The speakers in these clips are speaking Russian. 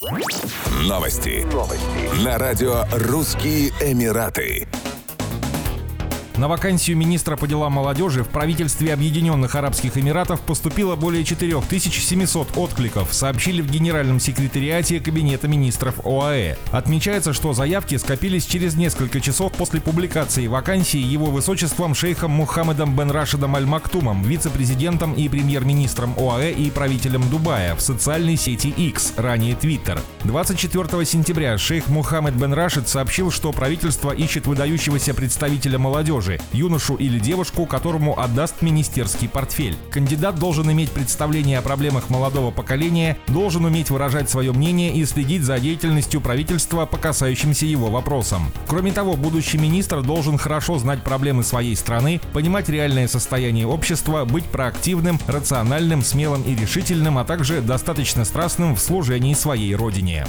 Новости. На радио «Русские Эмираты». На вакансию министра по делам молодежи в правительстве Объединенных Арабских Эмиратов поступило более 4700 откликов, сообщили в Генеральном секретариате Кабинета министров ОАЭ. Отмечается, что заявки скопились через несколько часов после публикации вакансии его высочеством шейхом Мухаммедом бен Рашидом Аль Мактумом, вице-президентом и премьер-министром ОАЭ и правителем Дубая в социальной сети X, ранее Twitter. 24 сентября шейх Мухаммед бен Рашид сообщил, что правительство ищет выдающегося представителя молодежи, юношу или девушку, которому отдаст министерский портфель. Кандидат должен иметь представление о проблемах молодого поколения, должен уметь выражать свое мнение и следить за деятельностью правительства по касающимся его вопросам. Кроме того, будущий министр должен хорошо знать проблемы своей страны, понимать реальное состояние общества, быть проактивным, рациональным, смелым и решительным, а также достаточно страстным в служении своей родине.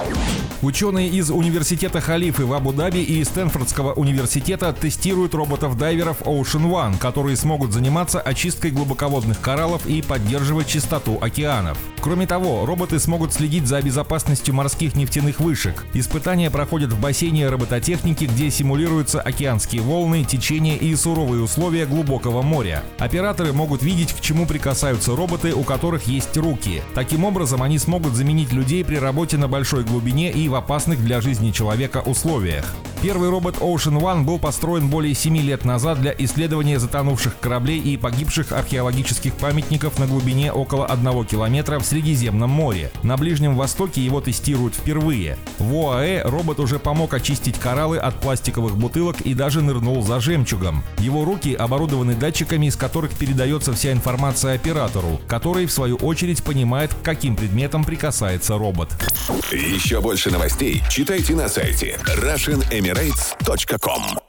Ученые из университета Халифы в Абу-Даби и Стэнфордского университета тестируют роботов-дайверов Ocean One, которые смогут заниматься очисткой глубоководных кораллов и поддерживать чистоту океанов. Кроме того, роботы смогут следить за безопасностью морских нефтяных вышек. Испытания проходят в бассейне робототехники, где симулируются океанские волны, течения и суровые условия глубокого моря. Операторы могут видеть, к чему прикасаются роботы, у которых есть руки. Таким образом, они смогут заменить людей при работе на большой глубине и в опасных для жизни человека условиях. Первый робот Ocean One был построен более 7 лет назад для исследования затонувших кораблей и погибших археологических памятников на глубине около 1 километра в Средиземном море. На Ближнем Востоке его тестируют впервые. В ОАЭ робот уже помог очистить кораллы от пластиковых бутылок и даже нырнул за жемчугом. Его руки оборудованы датчиками, из которых передается вся информация оператору, который, в свою очередь, понимает, к каким предметам прикасается робот. Еще больше новостей читайте на сайте RussianEmirates.com.